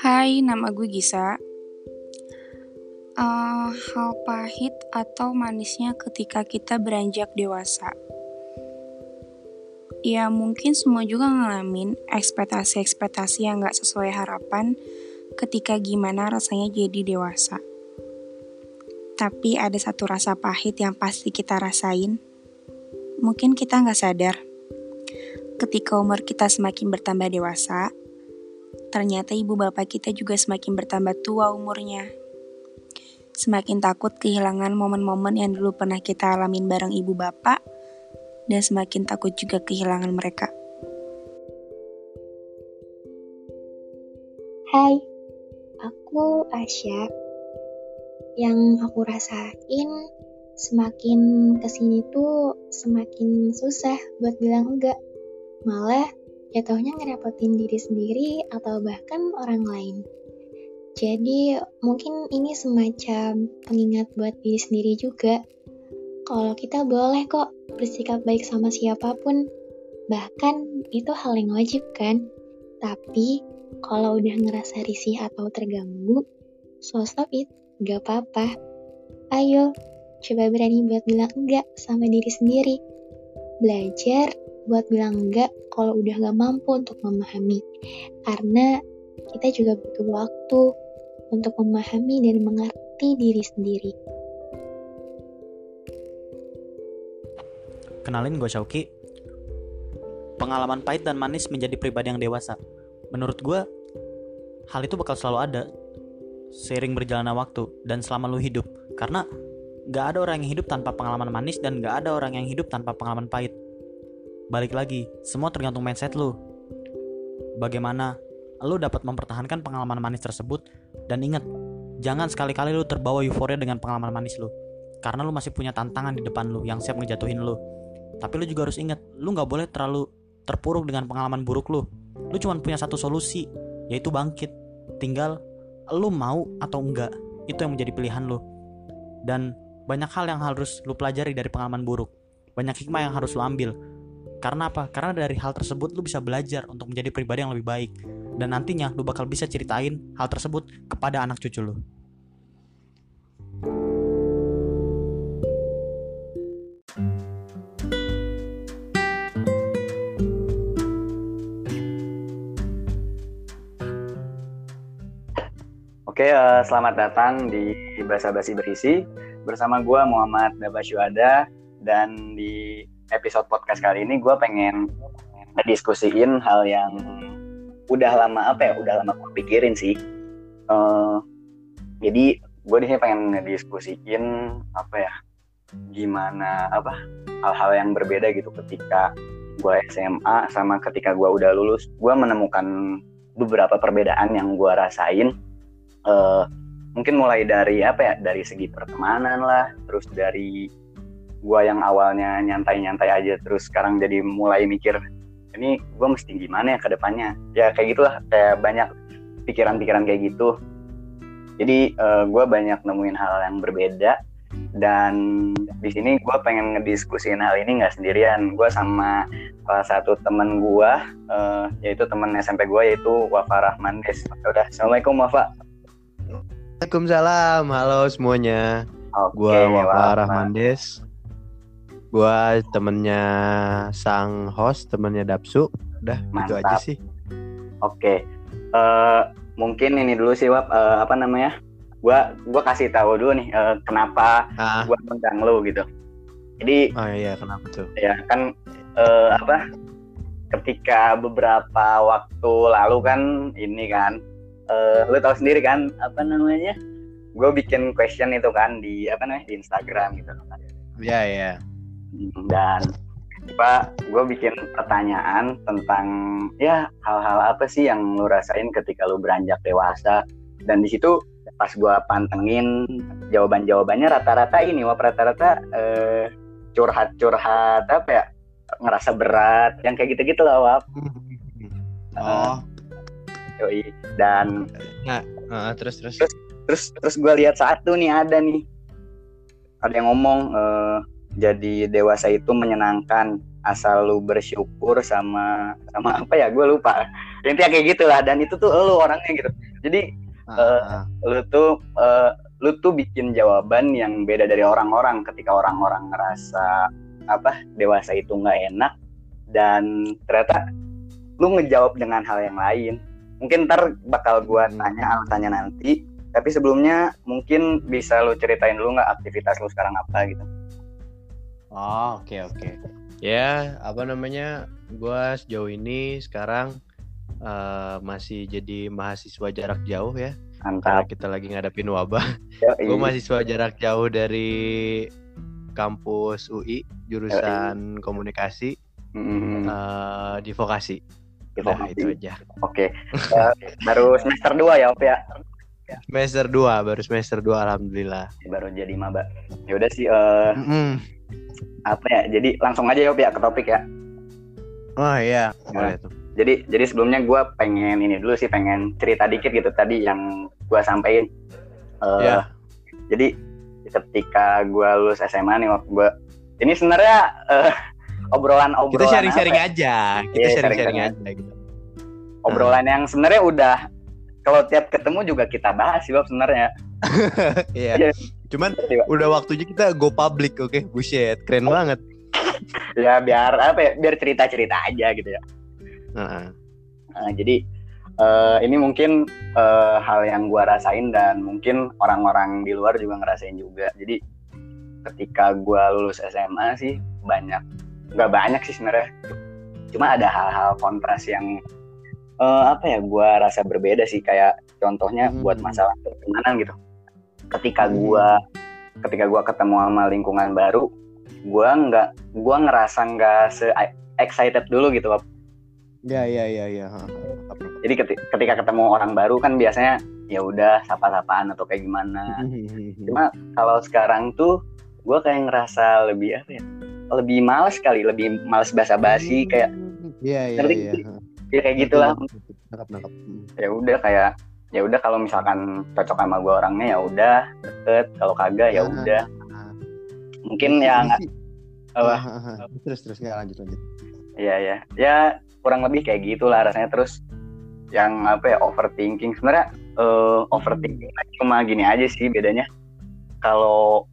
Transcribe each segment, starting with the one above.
Hai, nama gue Gisa. Hal pahit atau manisnya ketika kita beranjak dewasa. Ya mungkin semua juga ngalamin ekspektasi-ekspektasi yang gak sesuai harapan ketika gimana rasanya jadi dewasa. Tapi ada satu rasa pahit yang pasti kita rasain. Mungkin kita gak sadar. Ketika umur kita semakin bertambah dewasa, ternyata ibu bapak kita juga semakin bertambah tua umurnya. Semakin takut kehilangan momen-momen yang dulu pernah kita alamin bareng ibu bapak, dan semakin takut juga kehilangan mereka. Hai, aku Asya. Yang aku rasain semakin kesini tuh semakin susah buat bilang enggak. Malah jatuhnya ngerepotin diri sendiri atau bahkan orang lain. Jadi mungkin ini semacam pengingat buat diri sendiri juga. Kalau kita boleh kok bersikap baik sama siapapun. Bahkan itu hal yang wajib kan. Tapi kalau udah ngerasa risih atau terganggu, so stop it, gak apa-apa. Ayo, coba berani buat bilang enggak sama diri sendiri. Belajar buat bilang enggak kalau udah gak mampu untuk memahami. Karena kita juga butuh waktu untuk memahami dan mengerti diri sendiri. Kenalin, gue Syauki. Pengalaman pahit dan manis menjadi pribadi yang dewasa. Menurut gue, hal itu bakal selalu ada seiring berjalannya waktu dan selama lu hidup. Karena gak ada orang yang hidup tanpa pengalaman manis dan gak ada orang yang hidup tanpa pengalaman pahit. Balik lagi, semua tergantung mindset lu. Bagaimana lu dapat mempertahankan pengalaman manis tersebut. Dan ingat, jangan sekali-kali lu terbawa euforia dengan pengalaman manis lu. Karena lu masih punya tantangan di depan lu yang siap ngejatuhin lu. Tapi lu juga harus ingat, lu gak boleh terlalu terpuruk dengan pengalaman buruk lu. Lu cuma punya satu solusi, yaitu bangkit. Tinggal lu mau atau enggak, itu yang menjadi pilihan lu. Dan banyak hal yang harus lu pelajari dari pengalaman buruk. Banyak hikmah yang harus lu ambil. Karena apa? Karena dari hal tersebut lu bisa belajar untuk menjadi pribadi yang lebih baik. Dan nantinya lu bakal bisa ceritain hal tersebut kepada anak cucu lu. Oke, selamat datang di Basa Basi Berisi bersama gue Muhammad Dabasyuada, dan di episode podcast kali ini gue pengen ngediskusiin hal yang udah lama gue pikirin sih. Jadi gue di sini pengen ngediskusiin gimana hal-hal yang berbeda gitu ketika gue SMA sama ketika gue udah lulus. Gue menemukan beberapa perbedaan yang gue rasain. Mungkin mulai dari dari segi pertemanan lah, terus dari gua yang awalnya nyantai-nyantai aja terus sekarang jadi mulai mikir ini gua mesti gimana ya ke depannya, ya kayak gitulah, kayak banyak pikiran-pikiran kayak gitu. Jadi gua banyak nemuin hal yang berbeda, dan di sini gua pengen ngediskusin hal ini nggak sendirian. Gua sama salah satu teman gua, yaitu teman SMP gua, yaitu Wafa Rahmandes. Udah, assalamualaikum Wafa. Waalaikumsalam, halo semuanya. Gua Wafa Rahmandes. Gua temennya sang host, temennya Dapsu. Udah, mantap. Gitu aja sih. Oke. Mungkin ini dulu sih Wap, Gua kasih tahu dulu nih kenapa gua undang lu gitu. Jadi kenapa tuh? Ya kan ketika beberapa waktu lalu kan ini kan lu tahu sendiri kan gue bikin question itu kan di di Instagram gitu kan. Iya. Dan gue bikin pertanyaan tentang ya hal-hal apa sih yang lu rasain ketika lu beranjak dewasa. Dan di situ pas gue pantengin jawabannya rata-rata curhat ngerasa berat yang kayak gitu lah Wap. Dan terus gue lihat satu nih, ada yang ngomong jadi dewasa itu menyenangkan asal lu bersyukur sama gue lupa intinya kayak gitulah. Dan itu tuh lu orangnya gitu, Jadi lu tuh bikin jawaban yang beda dari orang-orang ketika orang-orang ngerasa dewasa itu nggak enak, dan ternyata lu ngejawab dengan hal yang lain. Mungkin ntar bakal gua tanya alasannya nanti, tapi sebelumnya mungkin bisa lu ceritain dulu nggak aktivitas lu sekarang apa gitu. Oke. Ya, gua sejauh ini sekarang masih jadi mahasiswa jarak jauh ya. Karena kita lagi ngadepin wabah. Gue mahasiswa jarak jauh dari kampus UI jurusan komunikasi di vokasi. Nah, itu aja. Oke. Baru semester 2 ya, Op ya? Semester 2, baru semester 2 alhamdulillah. Baru jadi maba. Ya udah sih jadi langsung aja ya, Op ya, ke topik ya. Oh iya, boleh tuh. Jadi sebelumnya gue pengen cerita dikit gitu tadi yang gue sampein. Jadi ketika gue lulus SMA nih, ini sebenarnya obrolan kita sharing-sharing aja. Sharing-sharing aja gitu. Obrolan yang sebenarnya udah kalau tiap ketemu juga kita bahas sih, Bob, sebenarnya. Iya. Cuman udah waktunya kita go public, oke? Buset, keren banget. Ya biar cerita-cerita aja gitu ya. Jadi ini mungkin hal yang gue rasain dan mungkin orang-orang di luar juga ngerasain juga. Jadi ketika gue lulus SMA sih nggak banyak sih sebenarnya. Cuma ada hal-hal kontras yang gue rasa berbeda sih. Kayak contohnya buat masalah pertemanan gitu. Ketika gue ketemu sama lingkungan baru, gue ngerasa nggak se-excited dulu gitu, Bob. Ya. Jadi ketika ketemu orang baru kan biasanya ya udah sapa-sapaan atau kayak gimana. Cuma kalau sekarang tuh gue kayak ngerasa lebih malas basa-basi kayak. Iya. Ya kayak gitulah. Nangkap. Ya udah kalau misalkan cocok sama gue orangnya ya udah deket, kalau kagak ya udah. Mungkin ya nggak. Terus nggak lanjut. Iya. Ya kurang lebih kayak gitulah rasanya. Terus yang overthinking sebenarnya overthinking cuma gini aja sih bedanya. Kalau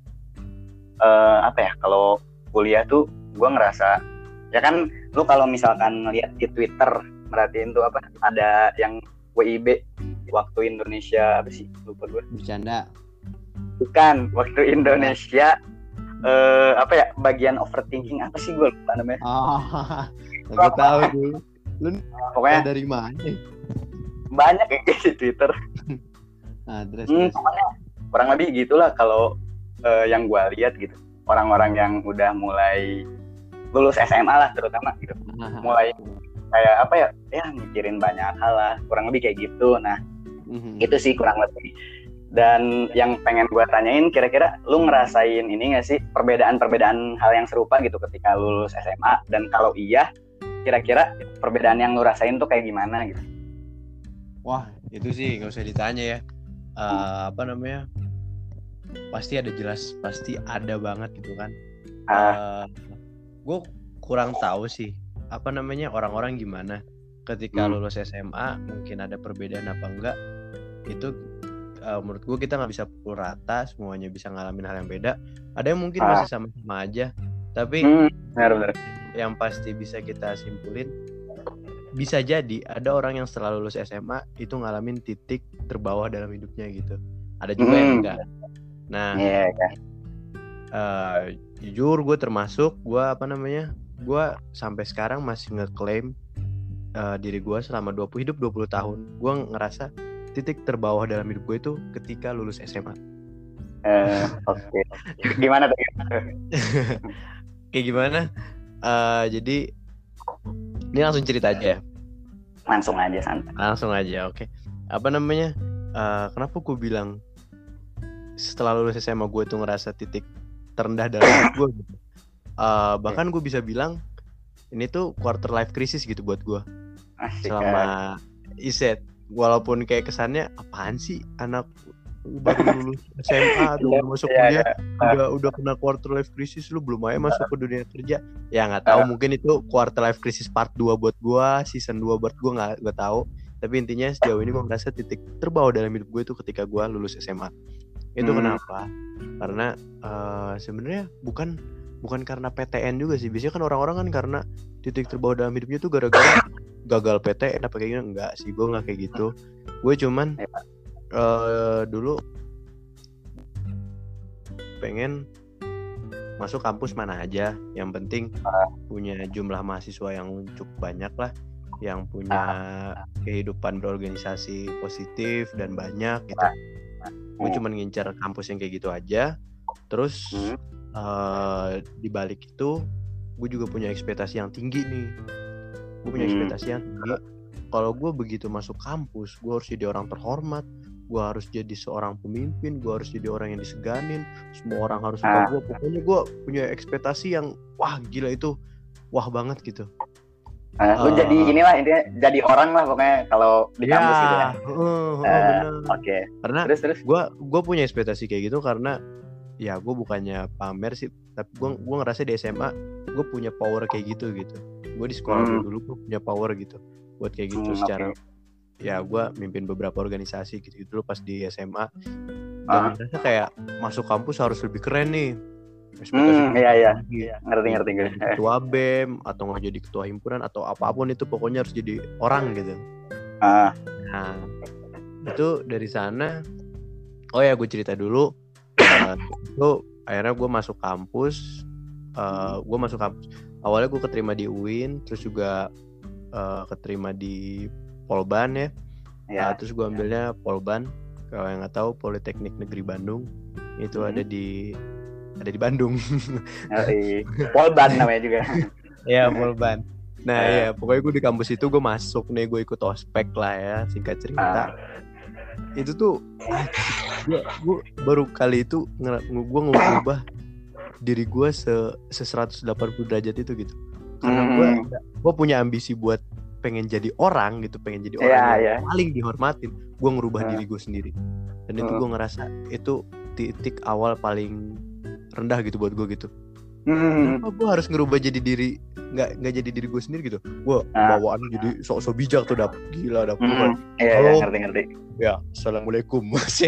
kalau kuliah tuh gue ngerasa ya kan, lu kalau misalkan lihat di Twitter merhatiin tuh ada yang WIB waktu Indonesia lupa gue. Bercanda. Bukan, waktu Indonesia bagian overthinking apa sih gue lupa namanya. Gue tahu tuh. Lu pokoknya dari mana? Banyak yang di Twitter. Terus. Pokoknya kurang lebih gitulah kalau yang gue lihat gitu. Orang-orang yang udah mulai lulus SMA lah terutama gitu. Mulai kayak mikirin banyak hal lah. Kurang lebih kayak gitu. Nah, itu sih kurang lebih. Dan yang pengen gue tanyain, kira-kira lu ngerasain ini nggak sih perbedaan hal yang serupa gitu ketika lulus SMA, dan kalau iya, kira-kira perbedaan yang lu rasain tuh kayak gimana gitu? Wah, itu sih nggak usah ditanya ya. Pasti ada banget gitu kan. Gue kurang tahu sih orang-orang gimana ketika lulus SMA, mungkin ada perbedaan apa enggak. Itu menurut gue kita nggak bisa pukul rata, semuanya bisa ngalamin hal yang beda. Ada yang mungkin masih sama-sama aja, tapi benar. Yang pasti bisa kita simpulin, bisa jadi ada orang yang setelah lulus SMA itu ngalamin titik terbawah dalam hidupnya gitu. Ada juga yang enggak. Nah, jujur gue termasuk, gue sampai sekarang masih ngeklaim diri gue selama 20 tahun. Gue ngerasa titik terbawah dalam hidup gue itu ketika lulus SMA. Oke. Gimana tuh? Kayak gimana? Jadi ini langsung cerita aja ya. Langsung aja, santai. Langsung aja, oke. Kenapa gue bilang setelah lulus SMA gue tuh ngerasa titik terendah dalam hidup gue gitu. Bahkan gue bisa bilang ini tuh quarter life crisis gitu buat gue. Selama iset. Walaupun kayak kesannya apaan sih anak baru lulus SMA atau belum masuk kuliah udah kena quarter life crisis, lu belum aja masuk ke dunia kerja. Ya nggak tahu, mungkin itu quarter life crisis part 2 buat gua, season 2 buat gua nggak tahu. Tapi intinya sejauh ini gue ngerasa titik terbawah dalam hidup gue itu ketika gue lulus SMA. Itu kenapa? Karena sebenarnya bukan karena PTN juga sih. Biasanya kan orang-orang kan karena titik terbawah dalam hidupnya tuh gara-gara gagal PTN apa kayak gitu. Enggak sih, gue nggak kayak gitu. Gue cuman dulu pengen masuk kampus mana aja, yang penting punya jumlah mahasiswa yang cukup banyak lah, yang punya kehidupan berorganisasi positif dan banyak gitu. Gue cuma ngincar kampus yang kayak gitu aja. Terus di balik itu gue juga punya ekspektasi yang tinggi nih. Gue punya ekspektasi yang tinggi. Kalau gue begitu masuk kampus, gue harus jadi orang terhormat, gue harus jadi seorang pemimpin, gue harus jadi orang yang diseganin, semua orang harus suka gue. Pokoknya gue punya ekspektasi yang wah gila itu, wah banget gitu. Lu jadi inilah intinya, jadi orang lah pokoknya kalau di kampus gitu ya. Benar. Oke. Karena Terus. Gue punya ekspektasi kayak gitu karena ya gue bukannya pamer sih, tapi gue ngerasa di SMA gue punya power kayak gitu. Gue di sekolah dulu gue punya power gitu buat kayak gitu secara ya gue mimpin beberapa organisasi gitu dulu pas di SMA. Dan merasa kayak masuk kampus harus lebih keren nih. Iya. Ngerti gue. Ketua BEM atau nggak jadi ketua himpunan atau apapun itu, pokoknya harus jadi orang gitu. Nah itu dari sana. Oh ya, gue cerita dulu. Itu akhirnya gue masuk kampus. Awalnya gue keterima di UIN, terus juga keterima di Polban ya. Terus gue ambilnya Polban. Kalau yang nggak tahu, Politeknik Negeri Bandung itu ada di Bandung. Polban namanya juga. Ya, Polban. Nah ya pokoknya gue di kampus itu gue masuk nih, gue ikut ospek lah ya, singkat cerita. Itu tuh gue baru kali itu gue ngubah diri gue 180 derajat itu gitu. Karena gue punya ambisi buat pengen jadi orang gitu, pengen jadi orang yang paling dihormatin. Gue ngerubah diri gue sendiri, dan itu gue ngerasa itu titik awal paling rendah gitu buat gue gitu. Kenapa gue harus ngerubah jadi diri, nggak jadi diri gue sendiri gitu. Gue bawaan jadi sok-sok bijak tuh, dap gila dap. Iya ngerti. Ya, assalamualaikum.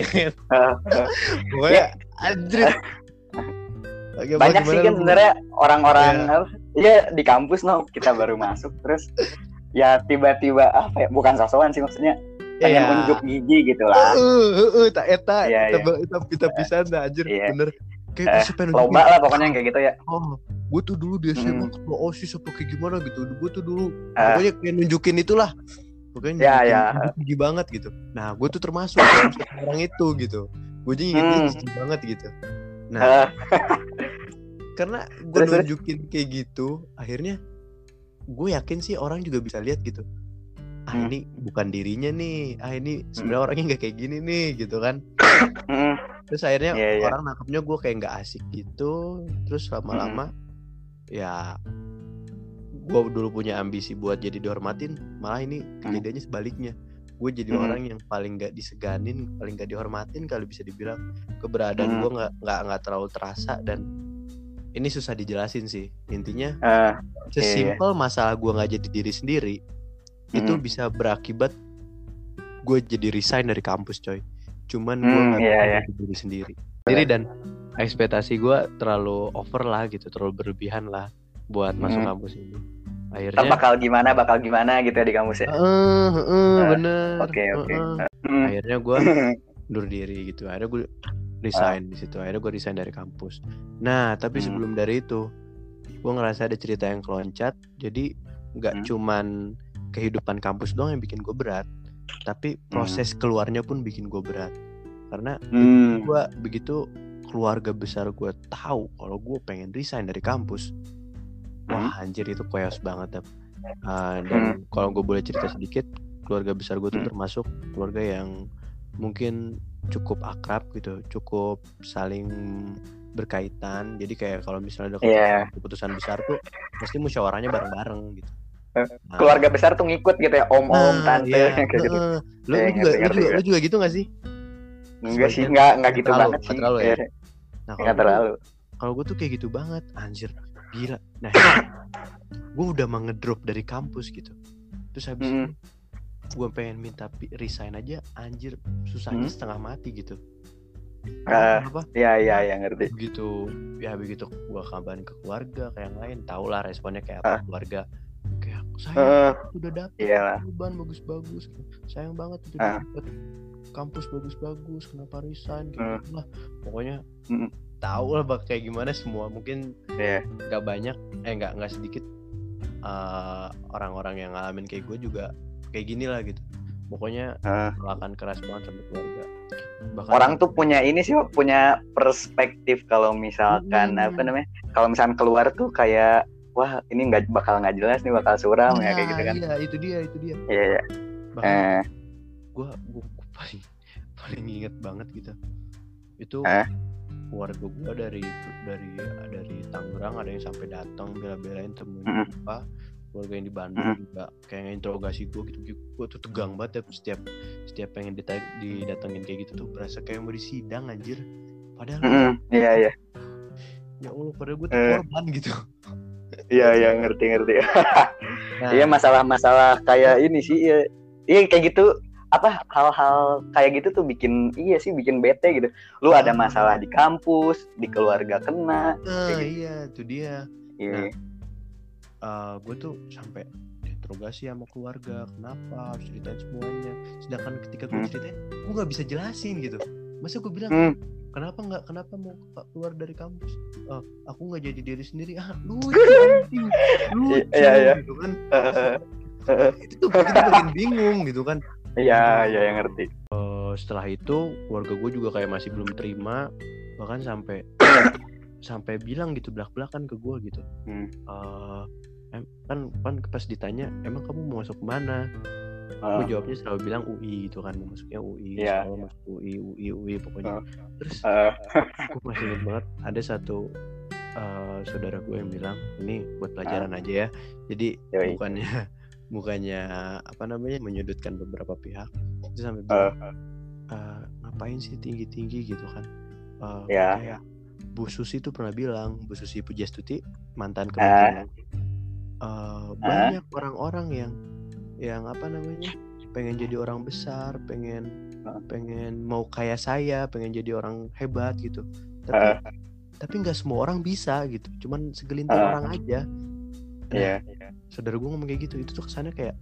Pokoknya anjir. Banyak sih kan sebenarnya orang-orang ya di kampus kita baru masuk terus ya tiba-tiba apa ya, bukan sosokan sih maksudnya, pengen unjuk gigi gitu lah. Tak eta kita pisan dah anjir, bener. Kayak lomba lah pokoknya kayak gitu ya. Gue tuh dulu di SMA ketua OSIS apa kayak gimana gitu. Gue tuh dulu pokoknya kayak nunjukin itulah. Pokoknya tinggi banget gitu. Nah, gue tuh termasuk orang itu gitu. Gue jadi tinggi banget gitu. Nah, karena gue nunjukin kayak gitu, akhirnya gue yakin sih orang juga bisa lihat gitu. Ini bukan dirinya nih. Ini sebenarnya orangnya nggak kayak gini nih gitu kan. Terus akhirnya orang nangkepnya gue kayak nggak asik gitu. Terus lama-lama ya gue dulu punya ambisi buat jadi dihormatin, malah ini kejadiannya sebaliknya. Gue jadi orang yang paling nggak diseganin, paling nggak dihormatin, kalau bisa dibilang. Keberadaan gue nggak terlalu terasa, dan ini susah dijelasin sih. Intinya sesimpel masalah gue nggak jadi diri sendiri itu bisa berakibat gue jadi resign dari kampus coy. Cuman gue nggak jadi diri sendiri. Dan ekspektasi gue terlalu over lah gitu, terlalu berlebihan lah buat masuk kampus ini. Akhirnya bakal gimana gitu ya di kampus ya. Bener. Oke. Akhirnya gue mundur diri gitu. Akhirnya gue resign di situ. Akhirnya gue resign dari kampus. Nah, tapi sebelum dari itu, gue ngerasa ada cerita yang keloncat. Jadi nggak cuman kehidupan kampus doang yang bikin gue berat, tapi proses keluarnya pun bikin gue berat. Karena gue begitu keluarga besar gue tahu kalau gue pengen resign dari kampus, wah anjir itu chaos banget. Dan kalau gue boleh cerita sedikit, keluarga besar gue tuh termasuk keluarga yang mungkin cukup akrab gitu, cukup saling berkaitan. Jadi kayak kalau misalnya ada keputusan besar tuh pasti musyawarahnya bareng-bareng gitu. Keluarga besar tuh ngikut gitu ya, om tante kayak gitu. Lu juga gitu nggak sih? Enggak sih, enggak gitu banget sih. Terlalu ya. Nah, enggak terlalu. Kalau gue tuh kayak gitu banget, anjir, gila. Nah, gue udah mau ngedrop dari kampus gitu. Terus habis ini gue pengen minta resign aja, anjir susahnya setengah mati gitu. Apa? Iya ngerti. Begitu gue kabarin ke keluarga kayak yang lain, tau lah responnya kayak apa keluarga. Kayak saya udah dapet beban bagus-bagus, sayang banget udah dapet kampus bagus-bagus, kenapa resign kayak gitu lah. Pokoknya tau lah kayak gimana semua, mungkin nggak banyak, nggak sedikit orang-orang yang ngalamin kayak gue juga kayak gini lah gitu. Pokoknya melakukan keras banget sampai keluarga. Bahkan orang tuh punya ini sih, punya perspektif kalau misalkan kalau misalkan keluar tuh kayak wah ini bakal nggak jelas nih, bakal suram ya kayak gitu kan. Iya itu dia. Iya. Bahkan gue paling inget banget gitu. Itu keluarga gue dari Tangerang ada yang sampai datang bela-belain temuin apa. Keluarga yang di Bandung juga kayak interogasi gue gitu. Gue tuh tegang banget ya, setiap pengen didatengin kayak gitu tuh berasa kayak mau disidang anjir. Padahal iya. Ya Allah, padahal gue tuh korban gitu. Iya ngerti. Iya masalah kayak ini sih, iya kayak gitu, apa hal-hal kayak gitu tuh bikin bete gitu. Lu ada masalah di kampus, di keluarga kena. Gitu. Iya itu dia. Iya. Gue tuh sampai interogasi sama keluarga, kenapa harus ceritain semuanya. Sedangkan ketika gue ceritain, gue nggak bisa jelasin gitu. Masa gue bilang kenapa mau keluar dari kampus? Aku nggak jadi diri sendiri. Lucu gitu kan. Itu tuh bikin bingung gitu kan. Iya yang ngerti. Setelah itu keluarga gue juga kayak masih belum terima, bahkan sampai bilang gitu belak-belakan ke gue gitu. Kan pas ditanya emang kamu mau masuk kemana, gue jawabnya selalu bilang UI gitu kan, mau masuknya UI, selalu masuk UI pokoknya. Terus gue masih ingat banget ada satu saudara gue yang bilang ini buat pelajaran aja ya, jadi bukannya menyudutkan beberapa pihak. Itu sampai bilang ngapain sih tinggi gitu kan. Kayak Bu Susi itu pernah bilang, Bu Susi Pujastuti mantan kementerian, banyak orang-orang yang pengen jadi orang besar, pengen mau kayak saya, pengen jadi orang hebat gitu, tapi nggak semua orang bisa gitu, cuman segelintir orang aja. Saudara gue ngomong kayak gitu, itu tuh kesannya kayak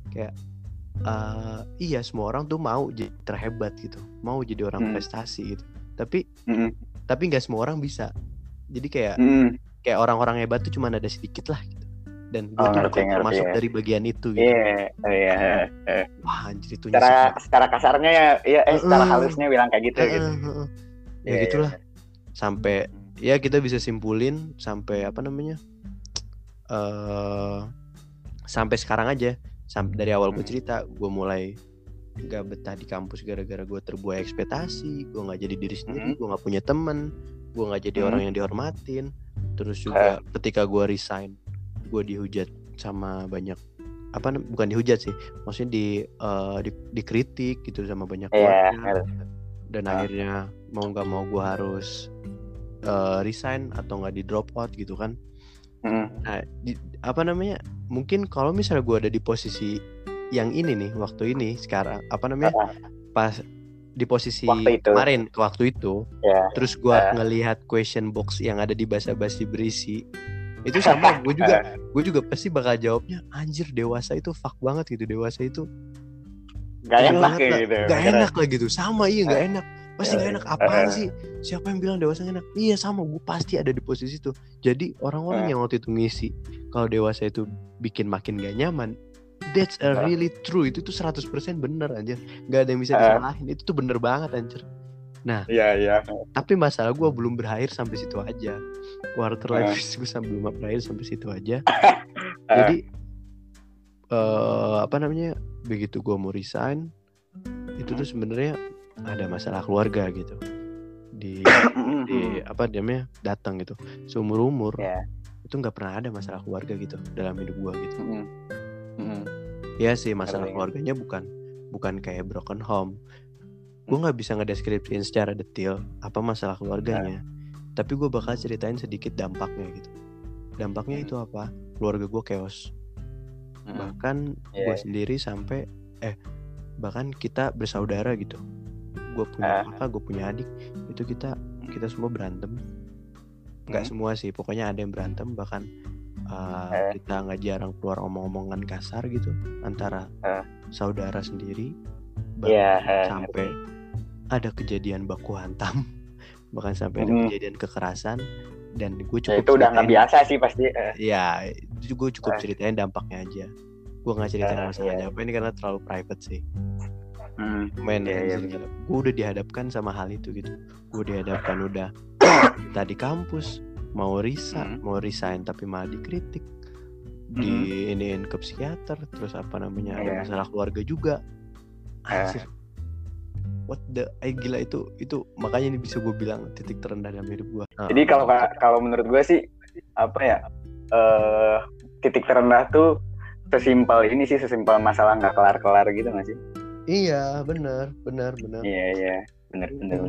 iya semua orang tuh mau jadi terhebat gitu, mau jadi orang prestasi gitu, tapi nggak semua orang bisa. Jadi kayak orang-orang hebat tuh cuma ada sedikit lah gitu. Dan gue tuh termasuk dari bagian itu gitu. Iya. Wah anjir itu secara kasarnya secara halusnya bilang kayak gitu gitu. Ya gitulah. Sampai ya kita bisa simpulin sampai sampai sekarang aja. Sampai dari awal gue cerita, gue mulai gak betah di kampus gara-gara gue terbuai ekspektasi, gue gak jadi diri sendiri, gue gak punya temen, gue gak jadi orang yang dihormatin. Terus juga ketika gue resign, gue dihujat sama banyak, bukan dihujat sih, maksudnya dikritik gitu sama banyak orang. Dan akhirnya mau gak mau gue harus resign atau gak di drop out gitu kan. Nah, mungkin kalau misalnya gue ada di posisi yang ini nih, waktu ini sekarang pas di posisi kemarin ke waktu itu, terus gue ngelihat question box yang ada di basa-basi berisi itu sama, gue juga pasti bakal jawabnya anjir dewasa itu fuck banget gitu, dewasa itu gak enak gitu, gak enak lah gitu, sama gak enak, pasti gak enak. Apaan sih, siapa yang bilang dewasa gak enak? Iya sama, gue pasti ada di posisi itu. Jadi orang-orang yang waktu itu ngisi kalau dewasa itu bikin makin gak nyaman, that's a really true, itu tuh 100% bener anjir, gak ada yang bisa disalahin, itu tuh bener banget anjir. Nah, tapi masalah gue belum berakhir sampai situ aja. Quarter life gue belum berakhir sampai situ aja. Jadi begitu gue mau resign, itu tuh sebenarnya ada masalah keluarga gitu. Di datang gitu. Seumur umur itu nggak pernah ada masalah keluarga gitu dalam hidup gue gitu. Ya sih, masalah keluarganya bukan kayak broken home. Gue nggak bisa ngedeskripsiin secara detail apa masalah keluarganya, tapi gue bakal ceritain sedikit dampaknya gitu. Dampaknya itu apa? Keluarga gue chaos. Bahkan gue sendiri sampai bahkan kita bersaudara gitu. Gue punya kakak, gue punya adik, itu kita semua berantem. Nggak semua sih, pokoknya ada yang berantem. Bahkan kita nggak jarang keluar omong-omongan kasar gitu antara saudara sendiri. Sampai ada kejadian baku hantam, bahkan sampai ada kejadian kekerasan. Dan gue cukup itu udah nggak biasa sih pasti. Ya, itu gue cukup ceritain dampaknya aja. Gue nggak ceritain masalahnya apa ini karena terlalu private sih. Gue udah dihadapkan sama hal itu gitu. Gue dihadapkan udah tadi kampus mau resign tapi malah dikritik, diiniin ke psikiater, terus ada masalah keluarga juga. Anjir. Gila itu makanya ini bisa gue bilang titik terendah dalam hidup gue. Jadi kalau menurut gue sih titik terendah tuh sesimpel masalah nggak kelar gitu nggak sih? Iya, benar. Iya, benar.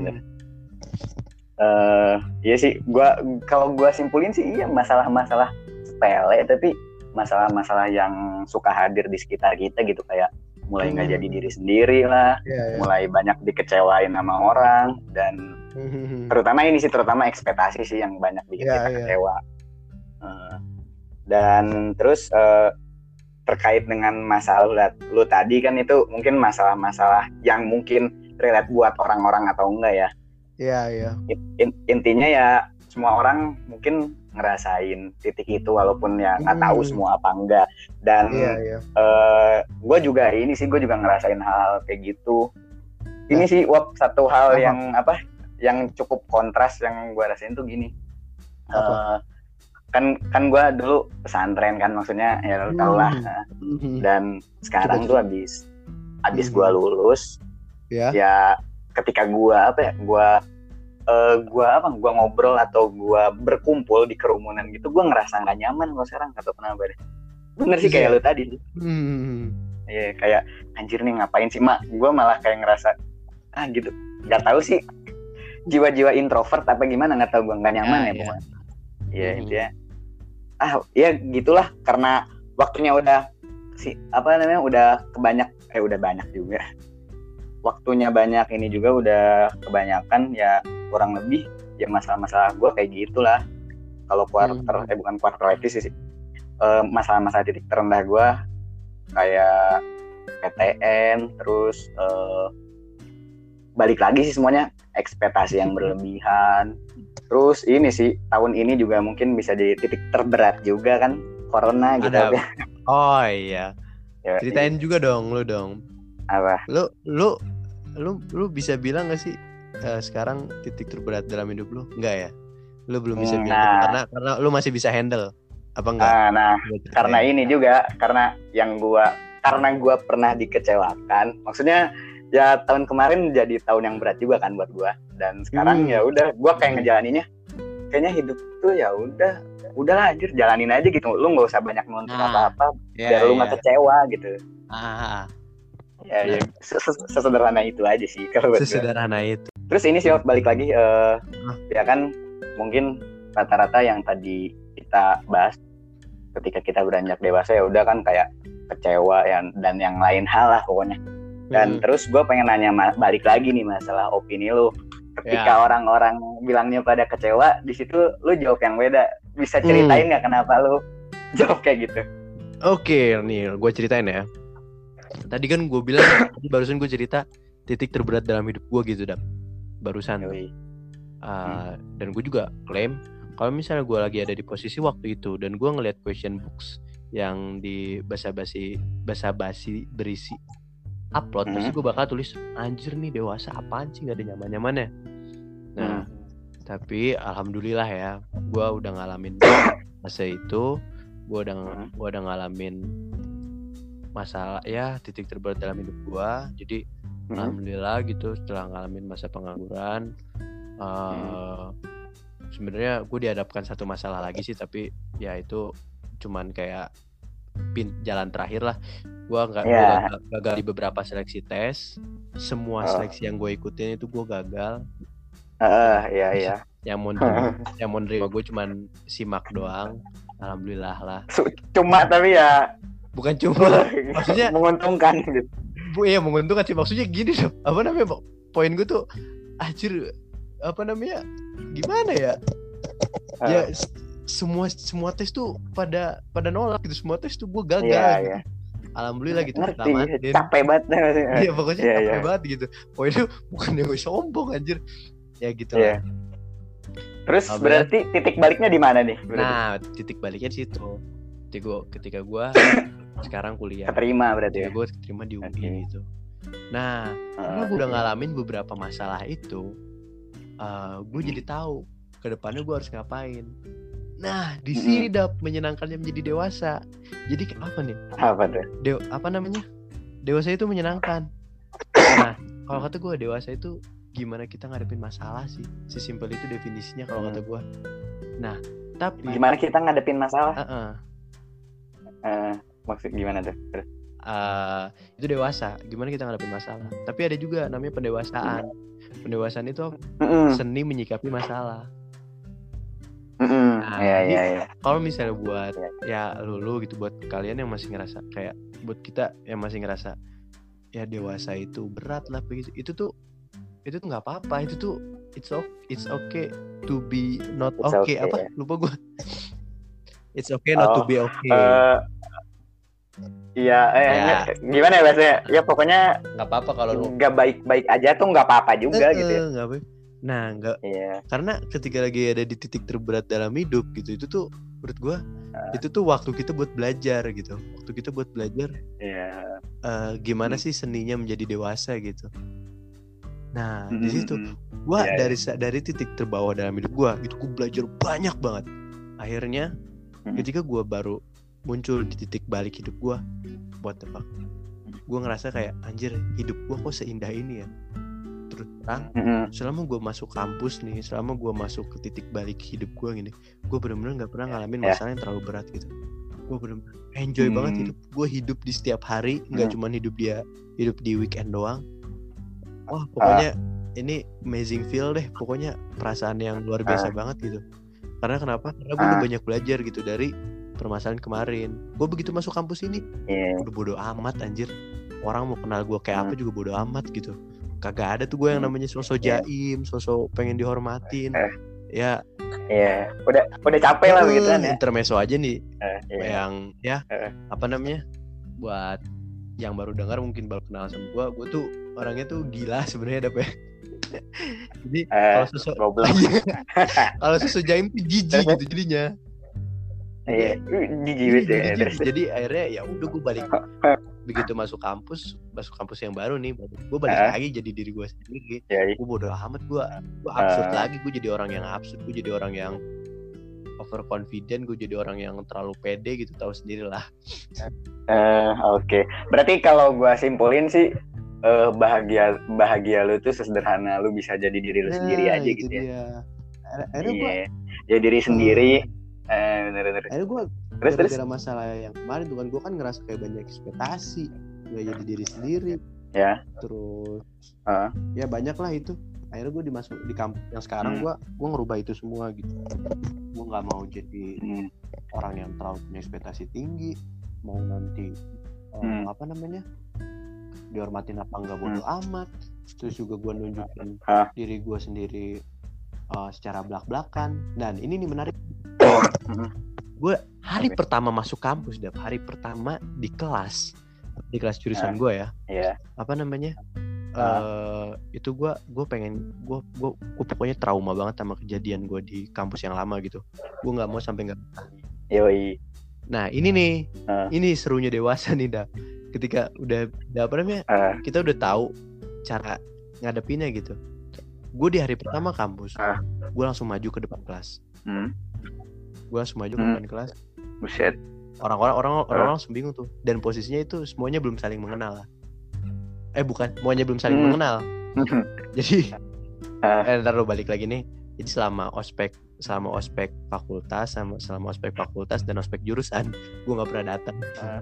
Iya sih, kalau gua simpulin sih iya masalah-masalah sepele tapi masalah-masalah yang suka hadir di sekitar kita gitu, kayak mulai nggak jadi diri sendiri lah, mulai banyak dikecewain sama orang, dan terutama ekspektasi sih yang banyak bikin kita kecewa. Dan terus terkait dengan masalah lu tadi kan, itu mungkin masalah-masalah yang mungkin relate buat orang-orang atau enggak ya. Iya. Intinya ya semua orang mungkin ngerasain titik itu walaupun ya nggak tahu semua apa enggak. Dan gue juga ngerasain hal kayak gitu. Ini sih satu hal yang cukup kontras yang gue rasain tuh gini. Kan gue dulu pesantren kan, maksudnya ya lu tau lah. Dan sekarang tuh abis gue lulus, ya ketika gue ngobrol atau gue berkumpul di kerumunan gitu, gue ngerasa nggak nyaman kalau sekarang, nggak tau kenapa deh. Bener sih kayak lu tadi. Iya, kayak anjir nih ngapain sih mak? Gue malah kayak ngerasa gitu, nggak tahu sih jiwa-jiwa introvert apa gimana, nggak tahu, gue nggak nyaman ya pokoknya. Iya intinya ya gitulah, karena waktunya udah udah banyak juga, waktunya banyak, ini juga udah kebanyakan ya, kurang lebih ya masalah-masalah gue kayak gitulah. Kalau bukan quarter life crisis sih, masalah-masalah titik terendah gue kayak PTN, terus balik lagi sih semuanya ekspektasi yang berlebihan. Terus ini sih tahun ini juga mungkin bisa jadi titik terberat juga kan, corona gitu. Oh iya. Ceritain juga dong lu dong. Apa? Lu bisa bilang nggak sih sekarang titik terberat dalam hidup lu? Enggak ya? Lu belum bisa bilang karena lu masih bisa handle. Apa enggak? Karena ini juga karena gua pernah dikecewakan. Maksudnya ya tahun kemarin jadi tahun yang berat juga kan buat gua, dan sekarang ya udah gua kayak ngejalaninnya kayaknya hidup tuh ya udahlah anjir, jalanin aja gitu, lu nggak usah banyak nuntut apa-apa biar lu nggak kecewa gitu. Ya sesederhana itu aja sih kalau buat sesederhana gua. Itu terus ini sih balik lagi ya kan, mungkin rata-rata yang tadi kita bahas ketika kita beranjak dewasa ya udah kan kayak kecewa dan yang lain hal lah pokoknya. Dan terus gue pengen nanya balik lagi nih masalah opini lu. Ketika orang-orang bilangnya pada kecewa, di situ lu jawab yang beda. Bisa ceritain nggak kenapa lu jawab kayak gitu? Oke, nih gue ceritain ya. Tadi kan gue bilang, barusan gue cerita titik terberat dalam hidup gue gitu, barusan. Dan gue juga klaim kalau misalnya gue lagi ada di posisi waktu itu dan gue ngeliat question books yang di basa-basi berisi upload, pasti gue bakal tulis anjir nih dewasa apaan sih, gak ada nyaman-nyamannya. Nah tapi alhamdulillah ya, gue udah ngalamin masa itu, gue udah ngalamin masalah ya titik terberat dalam hidup gue. Jadi alhamdulillah gitu, setelah ngalamin masa pengangguran, sebenarnya gue dihadapkan satu masalah lagi sih, tapi ya itu cuman kayak jalan terakhir lah. Gue gagal di beberapa seleksi tes. Semua seleksi yang gue ikutin itu gue gagal. Yang mau nerima gue cuman simak doang. Alhamdulillah lah. Cuma tapi ya bukan cuma maksudnya menguntungkan gitu. Iya menguntungkan sih, maksudnya gini loh. Apa namanya? Poin gue tuh anjir, apa namanya? Gimana ya? Ya semua tes tuh pada nolak gitu. Semua tes tuh gue gagal gitu. Iya. Alhamdulillah gitu. Ngerti, capek banget. Iya pokoknya capek banget gitu. Poinnya bukan yang gue sombong anjir. Ya gitu lah. Terus berarti titik baliknya di mana nih? Berarti? Nah, titik baliknya di situ. Ketika gue sekarang kuliah. Keterima berarti ya? Gue keterima di UI gitu. Nah, karena gue udah ngalamin beberapa masalah itu, gue jadi tahu ke depannya gue harus ngapain. Nah, di sini menyenangkannya menjadi dewasa. Jadi apa nih? Apa tuh? Apa namanya? Dewasa itu menyenangkan. Nah, kalau kata gue dewasa itu gimana kita ngadepin masalah sih. Sesimpel itu definisinya kalau kata gue. Nah, tapi gimana kita ngadepin masalah? Maksud gimana tuh? Itu dewasa. Gimana kita ngadepin masalah. Tapi ada juga namanya pendewasaan. Pendewasaan itu seni menyikapi masalah. Nah, iya. Kalau misalnya buat ya lu gitu, buat kalian yang masih ngerasa kayak, buat kita yang masih ngerasa ya dewasa itu berat lah begitu, itu tuh nggak apa-apa. Itu tuh it's okay to be not okay. Apa lupa gue. It's okay not to be okay. Iya, gimana ya bahasanya? Ya pokoknya nggak apa-apa kalau lu nggak baik-baik aja tuh nggak apa-apa juga gitu ya. Nggak apa. Nah, enggak. Karena ketika lagi ada di titik terberat dalam hidup gitu, itu tuh menurut gue itu tuh waktu kita buat belajar gitu. Waktu kita buat belajar. Gimana sih seninya menjadi dewasa gitu. Nah, di situ gue dari titik terbawah dalam hidup gue, itu gue belajar banyak banget. Akhirnya ketika gue baru muncul di titik balik hidup gue, buat apa? Gue ngerasa kayak anjir, hidup gue kok seindah ini ya. Terus terang, selama gue masuk kampus nih, selama gue masuk ke titik balik hidup gue gini, gue benar-benar nggak pernah ngalamin masalah yang terlalu berat gitu. Gue benar-benar enjoy banget hidup. Gue hidup di setiap hari, nggak cuma hidup di weekend doang. Wah pokoknya ini amazing feel deh. Pokoknya perasaan yang luar biasa banget gitu. Karena kenapa? Karena gue udah banyak belajar gitu dari permasalahan kemarin. Gue begitu masuk kampus ini, udah bodo amat anjir. Orang mau kenal gue kayak apa juga bodo amat gitu. Kagak ada tuh gue yang namanya sosok jaim, sosok pengen dihormatin. Ya. Iya. Udah capek lah begitu kan ya. Intermezzo aja nih. Yang apa namanya? Buat yang baru dengar mungkin baru kenal sama gue tuh orangnya tuh gila sebenarnya dapet. Jadi kalau sosok kalau sosok jaim tuh jijik gitu jadinya. Iya, jijik. Jadi akhirnya ya udah gue balik. Begitu masuk kampus yang baru nih, gue balik lagi jadi diri gue sendiri. Gue bodo amat, gue absurd lagi. Gue jadi orang yang absurd, gue jadi orang yang overconfident, gue jadi orang yang terlalu pede gitu, tahu sendiri lah. Oke. Berarti kalau gue simpulin sih bahagia lu tuh sesederhana lu bisa jadi diri lu sendiri aja gitu ya. Akhirnya jadi diri sendiri. Bener. Akhirnya gue gara-gara masalah yang kemarin tuh kan, gue kan ngerasa kayak banyak ekspektasi, gak jadi diri sendiri. Terus ya banyak lah itu. Akhirnya gue dimasuk di kampus yang sekarang, gue ngerubah itu semua gitu. Gue nggak mau jadi orang yang terlalu punya ekspektasi tinggi, mau nanti apa namanya dihormatin apa enggak bodo amat. Terus juga gue nunjukin diri gue sendiri secara belak-belakan. Dan ini nih menarik. Gue hari pertama masuk kampus, hari pertama di kelas jurusan gue ya. Apa namanya? Itu gue pengen gue pokoknya trauma banget sama kejadian gue di kampus yang lama gitu. Gue nggak mau sampai nggak. Nah ini nih, ini serunya dewasa nih dah. Ketika udah apa namanya? Kita udah tahu cara ngadepinnya gitu. Gue di hari pertama kampus, gue langsung maju ke depan kelas. Gue langsung maju ke depan kelas. Buset. Orang langsung bingung tuh. Dan posisinya itu semuanya belum saling mengenal lah. Bukan, semuanya belum saling mengenal. Jadi ntar lo balik lagi nih. Jadi selama ospek fakultas, selama ospek fakultas dan ospek jurusan, gue nggak pernah datang.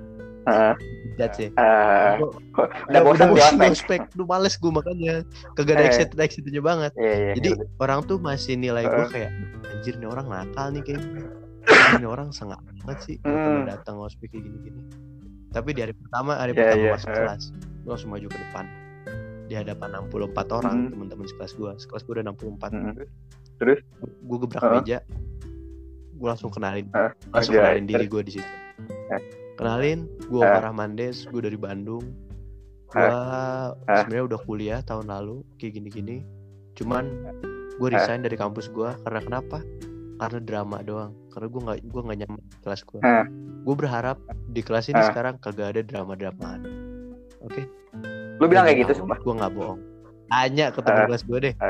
That's it. Udah bosan ospek, udah males gue makanya. Kagak ada excitednya banget. Jadi orang tuh masih nilai gue kayak anjir nih orang nakal nih kayaknya. Ini orang sangat banget sih, gak pernah datang ospek kayak gini-gini. Tapi di hari pertama masuk kelas, gue langsung maju ke depan di hadapan 64 orang teman-teman sekelas gue udah 64. Terus gue gebrak meja, gue langsung kenalin diri gue di situ. Kenalin, gue Omar Rahmandes, gue dari Bandung. Gue sebenarnya udah kuliah tahun lalu kayak gini-gini. Cuman gue resign dari kampus gue karena kenapa? Karena drama doang. Karena gue nggak nyaman di kelas gue. Gue berharap di kelas ini sekarang kagak ada drama-dramaan. Oke? Lu bilang kayak gitu sumpah? Gue nggak bohong. Tanya ke teman kelas gue deh.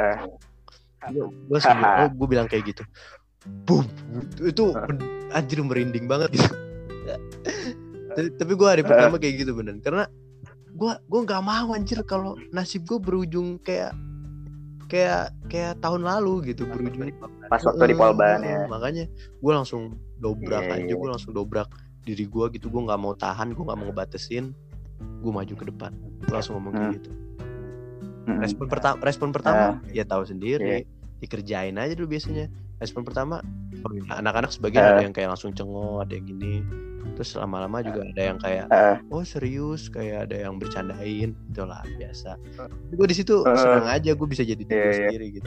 Gue bilang kayak gitu. Boom, itu anjir merinding banget gitu. Tapi gue hari pertama kayak gitu bener. Karena gue nggak mau anjir kalau nasib gue berujung kayak tahun lalu gitu, berujung pas waktu di Polban ya. Makanya gue langsung dobrak aja, gue langsung dobrak diri gue gitu. Gue nggak mau tahan, gue nggak mau ngebatasin, gue maju ke depan. Gue langsung ngomong kayak gitu. Respon pertama ya tahu sendiri, dikerjain aja dulu biasanya. Respon pertama anak-anak sebagian ada yang kayak langsung cengok, ada yang gini. Terus lama-lama juga ada yang kayak oh serius, kayak ada yang bercandain, itulah biasa. Gue di situ senang aja, gue bisa jadi diri gue sendiri gitu.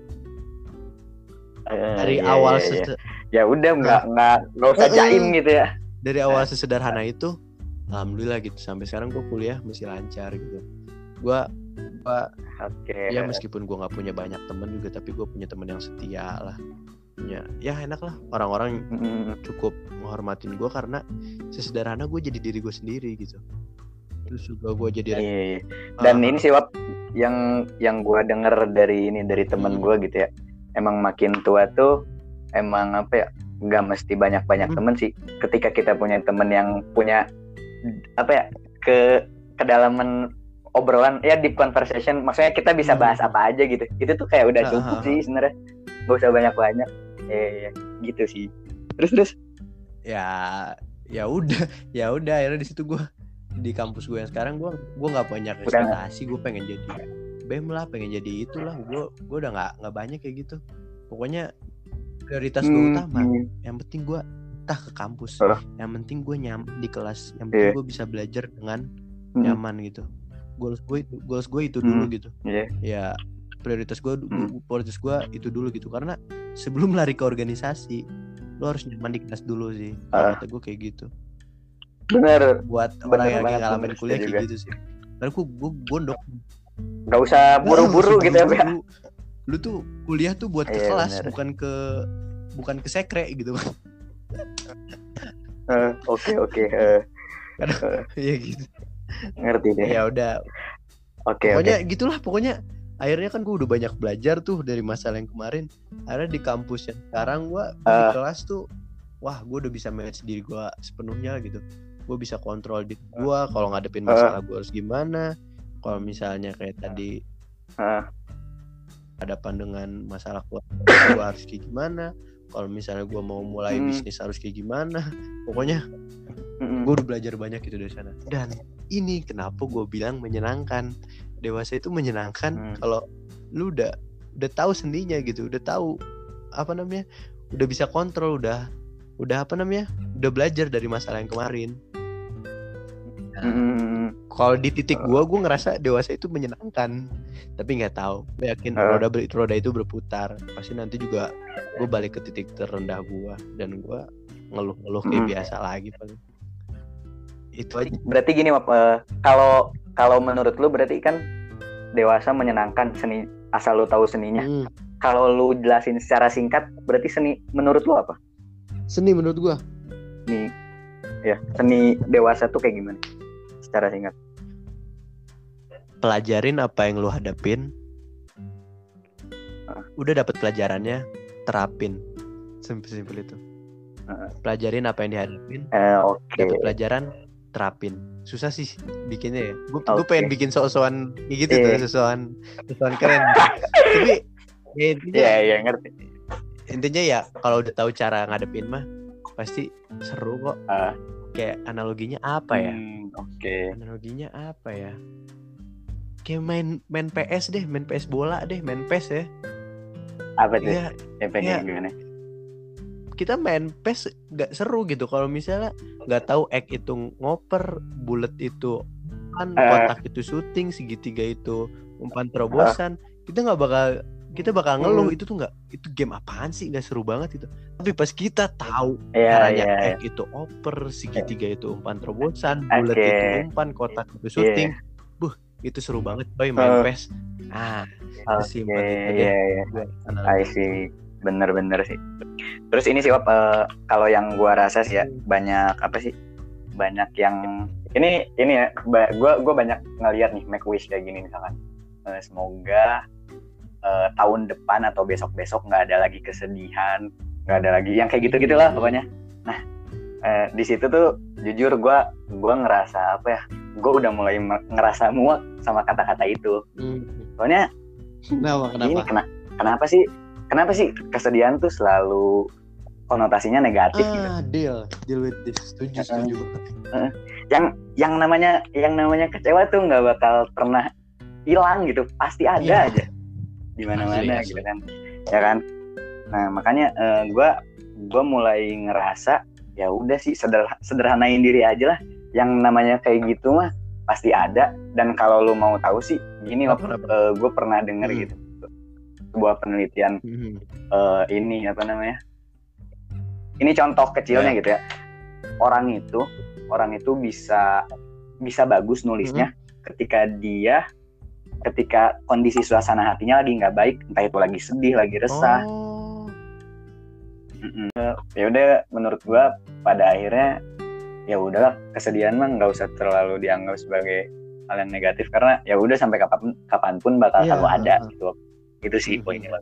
Dari awal ya udah nggak usah jaim gitu ya. Dari awal sesederhana itu, alhamdulillah gitu, sampai sekarang gue kuliah masih lancar gitu. Gue ya meskipun gue nggak punya banyak teman juga, tapi gue punya teman yang setia lah. Ya enak lah, orang-orang cukup menghormatin gue karena sesederhana gue jadi diri gue sendiri gitu. Terus juga gue jadi dan ini sih Wap yang gue denger dari temen gue gitu ya, emang makin tua tuh emang apa ya, nggak mesti banyak temen sih. Ketika kita punya temen yang punya apa ya, kedalaman obrolan ya, deep conversation, maksudnya kita bisa bahas apa aja gitu, itu tuh kayak udah cukup sih sebenarnya, nggak usah banyak gitu sih. Terus ya udah akhirnya di situ gue di kampus gue yang sekarang gue nggak banyak ekspektasi. Gue pengen jadi BEM lah, pengen jadi itulah, gue udah nggak banyak kayak gitu. Pokoknya prioritas gue utama, yang penting gue ke kampus, yang penting gue nyaman di kelas, yang penting gue bisa belajar dengan nyaman gitu. Goals gue itu dulu gitu. Ya prioritas gue itu dulu gitu. Karena sebelum lari ke organisasi, lo harus nyaman di kelas dulu sih. Kata gue kayak gitu. Bener. Buat orang yang ngalamin kuliah kayak gitu sih. Karena gue gondok. Gak usah buru-buru gitu ya. Lu tuh kuliah tuh buat ke kelas, bener. bukan ke sekre gitu. Oke. Iya gitu. Ngerti deh. Ya udah. Pokoknya gitulah, pokoknya akhirnya kan gue udah banyak belajar tuh dari masalah yang kemarin. Akhirnya di kampus yang sekarang gue di kelas tuh, wah gue udah bisa manage diri gue sepenuhnya gitu. Gue bisa kontrol diri gue, kalau ngadepin masalah gue harus gimana. Kalau misalnya kayak tadi hadapan dengan masalah gue harus kayak gimana. Kalau misalnya gue mau mulai bisnis harus kayak gimana. Pokoknya gue udah belajar banyak gitu dari sana. Dan ini kenapa gue bilang menyenangkan. Dewasa itu menyenangkan kalau lu udah tahu sendinya gitu, udah tahu apa namanya, udah bisa kontrol, udah apa namanya, udah belajar dari masalah yang kemarin. Kalau di titik gue ngerasa dewasa itu menyenangkan, tapi nggak tahu. Gue yakin roda itu berputar. Pasti nanti juga gue balik ke titik terendah gue dan gue ngeluh kayak biasa lagi paling. Itu aja. Berarti gini, kalau menurut lu berarti kan dewasa menyenangkan seni, asal lu tahu seninya. Kalau lu jelasin secara singkat, berarti seni menurut lu apa? Seni menurut gua nih ya, seni dewasa tuh kayak gimana secara singkat? Pelajarin apa yang lu hadapin, udah dapet pelajarannya, terapin. Simpel itu. Pelajarin apa yang dihadapin, dapet pelajaran, terapin. Susah sih bikinnya ya. Gue pengen bikin so-soan gitu tuh, so-soan keren. Tapi ya intinya ngerti. Intinya ya kalau udah tahu cara ngadepin mah pasti seru kok. Kayak analoginya apa ya? Analoginya apa ya? Kayak main PS deh, main PS bola deh, main PES ya. Apa tuh? Gimana? Kita main PES gak seru gitu kalau misalnya gak tahu X itu ngoper, bullet itu umpan, kotak itu syuting, segitiga itu umpan terobosan. Kita bakal ngeluh itu tuh itu game apaan sih, nggak seru banget itu. Tapi pas kita tahu caranya itu oper, segitiga itu umpan terobosan, bulat itu umpan, kotak itu syuting, itu seru banget boy main PES. Simpel itu deh. I see. Bener sih. Terus ini sih kalau yang gua rasa sih ya banyak yang ini ya gua banyak ngeliat nih make wish kayak gini misalkan semoga tahun depan atau besok nggak ada lagi kesedihan, nggak ada lagi yang kayak gitu-gitulah pokoknya. Nah di situ tuh jujur gue ngerasa gue udah mulai ngerasa muak sama kata-kata itu. Soalnya ini kenapa sih kesedihan tuh selalu konotasinya negatif gitu. Deal with this. Setuju. Yang namanya kecewa tuh nggak bakal pernah hilang gitu, pasti ada aja di mana-mana gitu kan, ya kan. Nah makanya gue mulai ngerasa ya udah sih sederhanain diri aja lah, yang namanya kayak gitu mah pasti ada. Dan kalau lu mau tahu sih gini, gue pernah denger gitu sebuah penelitian ini ini contoh kecilnya gitu ya, orang itu bisa bagus nulisnya ketika kondisi suasana hatinya lagi nggak baik, entah itu lagi sedih, lagi resah. Ya udah, menurut gua pada akhirnya ya udahlah, kesedihan mah nggak usah terlalu dianggap sebagai hal yang negatif, karena ya udah sampai kapanpun bakal selalu ada gitu. Itu sih poinnya.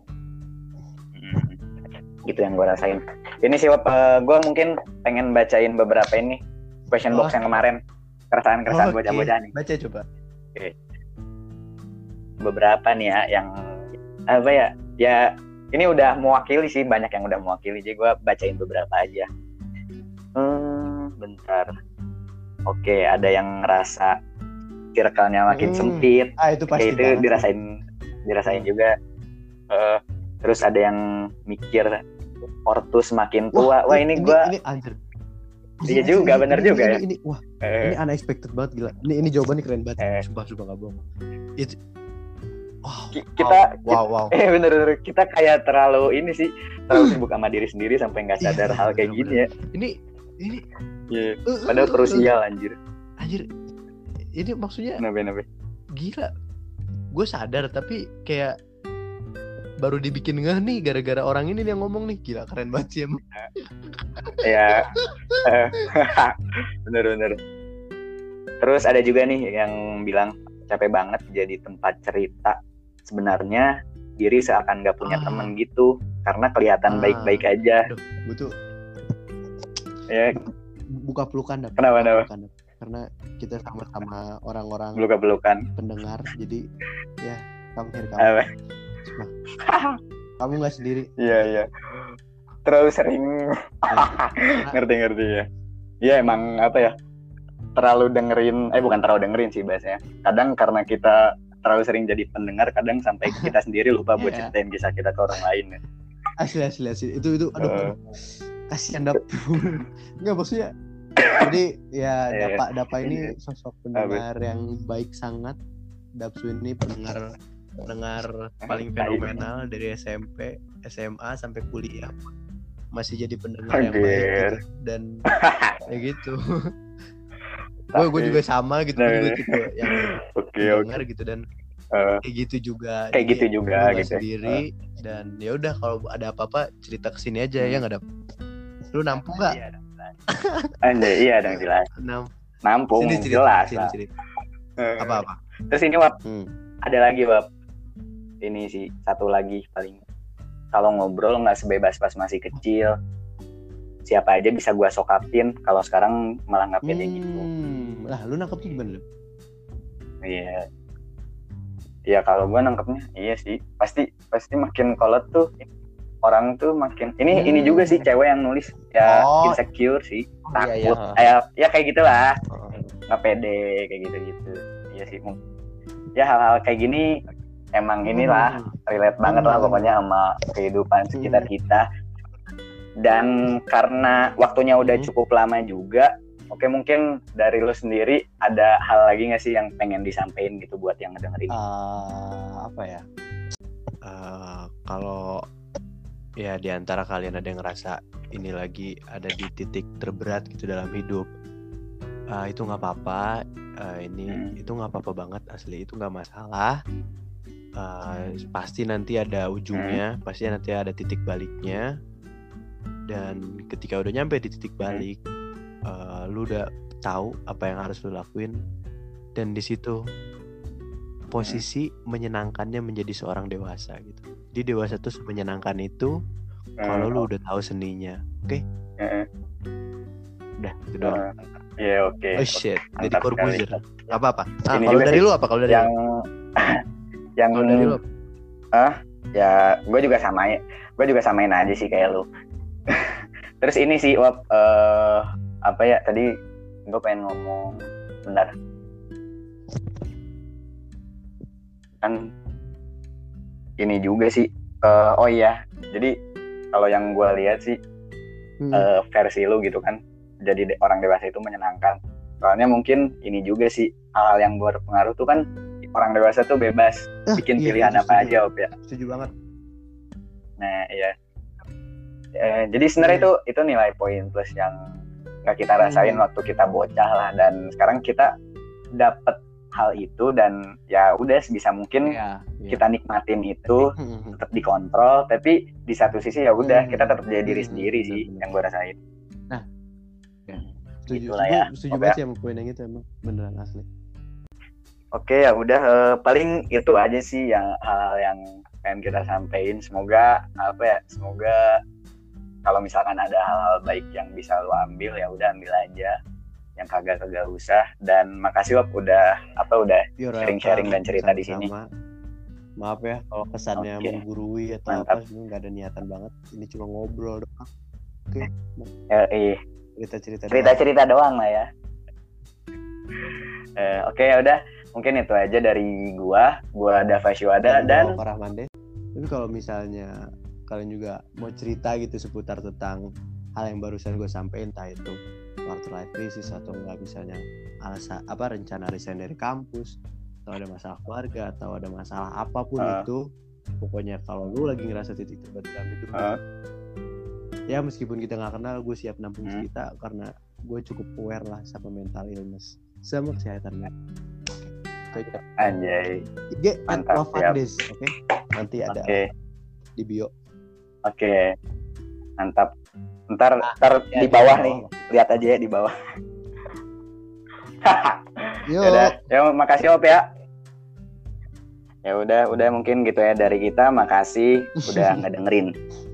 Gitu yang gua rasain. Ini sih gua mungkin pengen bacain beberapa ini question box yang kemarin, keresahan bocah-bocah nih. Baca coba. Oke. Beberapa nih ya yang ya ini udah mewakili sih, banyak yang udah mewakili, jadi gue bacain beberapa aja. Bentar. Oke, ada yang ngerasa circle-nya makin sempit. Itu pasti itu dirasain juga. Terus ada yang mikir ortus makin tua. Wah ini gue anjir. Iya juga, benar juga ya. Ini unexpected banget, gila. Ini jawabannya keren banget. Sumpah gak bohong. Kita bener kita kayak terlalu sibuk sama diri sendiri sampai nggak sadar hal kayak gini ya. Ini padahal krusial anjir. Ini maksudnya nabe. Gila, gue sadar tapi kayak baru dibikin ngeh nih gara-gara orang ini yang ngomong nih. Gila, keren banget sih emang. Ya bener. Terus ada juga nih yang bilang capek banget jadi tempat cerita. Sebenarnya diri seakan gak punya teman gitu, karena kelihatan baik-baik aja. Gue tuh ya buka pelukan. Kenapa? Karena kita sama-sama orang-orang pelukan pendengar, jadi ya kamu. Kamu nggak sendiri. Iya. Terlalu sering. Ngerti ya. Iya emang terlalu dengerin. Bukan terlalu dengerin sih bahasanya. Kadang karena kita terlalu sering jadi pendengar, kadang sampai kita sendiri lupa buat ceritain kisah kita ke orang lain ya. Asli. Itu aduh. Kasihan Dap. Enggak, maksudnya. Jadi ya Dapa ini sosok pendengar yang baik sangat. Dapsu ini pendengar paling fenomenal dari SMP, SMA sampai kuliah. Masih jadi pendengar yang baik gitu. Dan ya gitu. Gue juga sama gitu, gue tipe yang dengar gitu, dan kayak gitu juga sendiri. Dan ya udah, kalau ada apa-apa cerita kesini aja ya nggak ada. Lu nampung nggak? Iya dong, jelas. Nampung jelas. Apa? Terus ini ada lagi ini sih satu lagi, paling kalau ngobrol nggak sebebas pas masih kecil. Siapa aja bisa gue sokapin, kalau sekarang malah nggak pede gitu. Lah, lu nangkepnya gimana lu? Iya. Ya kalau gue nangkepnya iya sih. Pasti makin kolot tuh orang tuh makin ini juga sih cewek yang nulis ya, insecure sih, takut. Ya kayak gitulah. Nggak pede kayak gitu. Iya sih. Ya hal-hal kayak gini emang inilah relate banget lah pokoknya sama kehidupan sekitar kita. Dan karena waktunya udah cukup lama juga, Oke, mungkin dari lu sendiri ada hal lagi nggak sih yang pengen disampaikan gitu buat yang ngedengerin? Apa ya? Kalau ya di antara kalian ada yang ngerasa ini lagi ada di titik terberat gitu dalam hidup, itu nggak apa-apa. Itu nggak apa-apa banget, asli itu nggak masalah. Pasti nanti ada ujungnya, pasti nanti ada titik baliknya. Dan ketika udah nyampe di titik balik, lu udah tahu apa yang harus lu lakuin, dan di situ posisi menyenangkannya menjadi seorang dewasa gitu. Di dewasa tuh menyenangkan itu kalau lu udah tahu seninya. Oke? Udah itu doang. Iya, oke. Oh shit, jadi Mantap Corbuzier. sekali. Gak apa-apa. Ini Kalau juga dari sih lu apa? Kalau dari yang lu? yang Kalau dari lu apa? ya gue juga samain aja sih kayak lu. Terus ini sih Wap, apa ya, tadi gue pengen ngomong bentar kan ini juga sih, oh iya, jadi kalau yang gue lihat sih versi lu gitu kan, jadi orang dewasa itu menyenangkan. Soalnya mungkin ini juga sih hal yang berpengaruh tuh kan, orang dewasa tuh bebas bikin pilihan apa aja, Op ya. Setuju banget. Nah iya, jadi sebenarnya itu nilai poin plus yang nggak kita rasain waktu kita bocah lah, dan sekarang kita dapat hal itu, dan ya udah sebisa mungkin kita nikmatin itu, tetap dikontrol, tapi di satu sisi ya udah kita tetap jadi diri sendiri sih, yang gue rasain. Nah, setuju banget sih sama poin yang itu, emang beneran asli. Oke, ya udah, paling itu aja sih yang hal yang pengen kita sampaikan. Semoga kalau misalkan ada hal-hal baik yang bisa lo ambil, ya udah ambil aja, yang kagak usah. Dan makasih Wap udah sharing-sharing dan cerita di sini. Maaf ya kalau kesannya menggurui atau Mantap. apa, sebenarnya nggak ada niatan banget, ini cuma ngobrol doang. Oke. Cerita doang lah ya. Oke, ya udah, mungkin itu aja dari gua Dava Syuhada dan Rahmande. Tapi kalau misalnya kalian juga mau cerita gitu seputar tentang hal yang barusan gue sampaikan, entah itu quarter life crisis atau enggak, misalnya rencana resign dari kampus, atau ada masalah keluarga, atau ada masalah apapun itu, pokoknya kalau lu lagi ngerasa titik terberat dalam hidup, ya meskipun kita nggak kenal, gue siap nampung cerita, karena gue cukup aware lah sama mental illness, sama kesehatan. Anjay. IG Mantap, @wafandes, oke? Nanti ada di bio. Oke. Mantap. Ntar di bawah nih. Lihat aja ya di bawah. Ya makasih Op ya. Ya udah mungkin gitu ya dari kita. Makasih udah ngedengerin.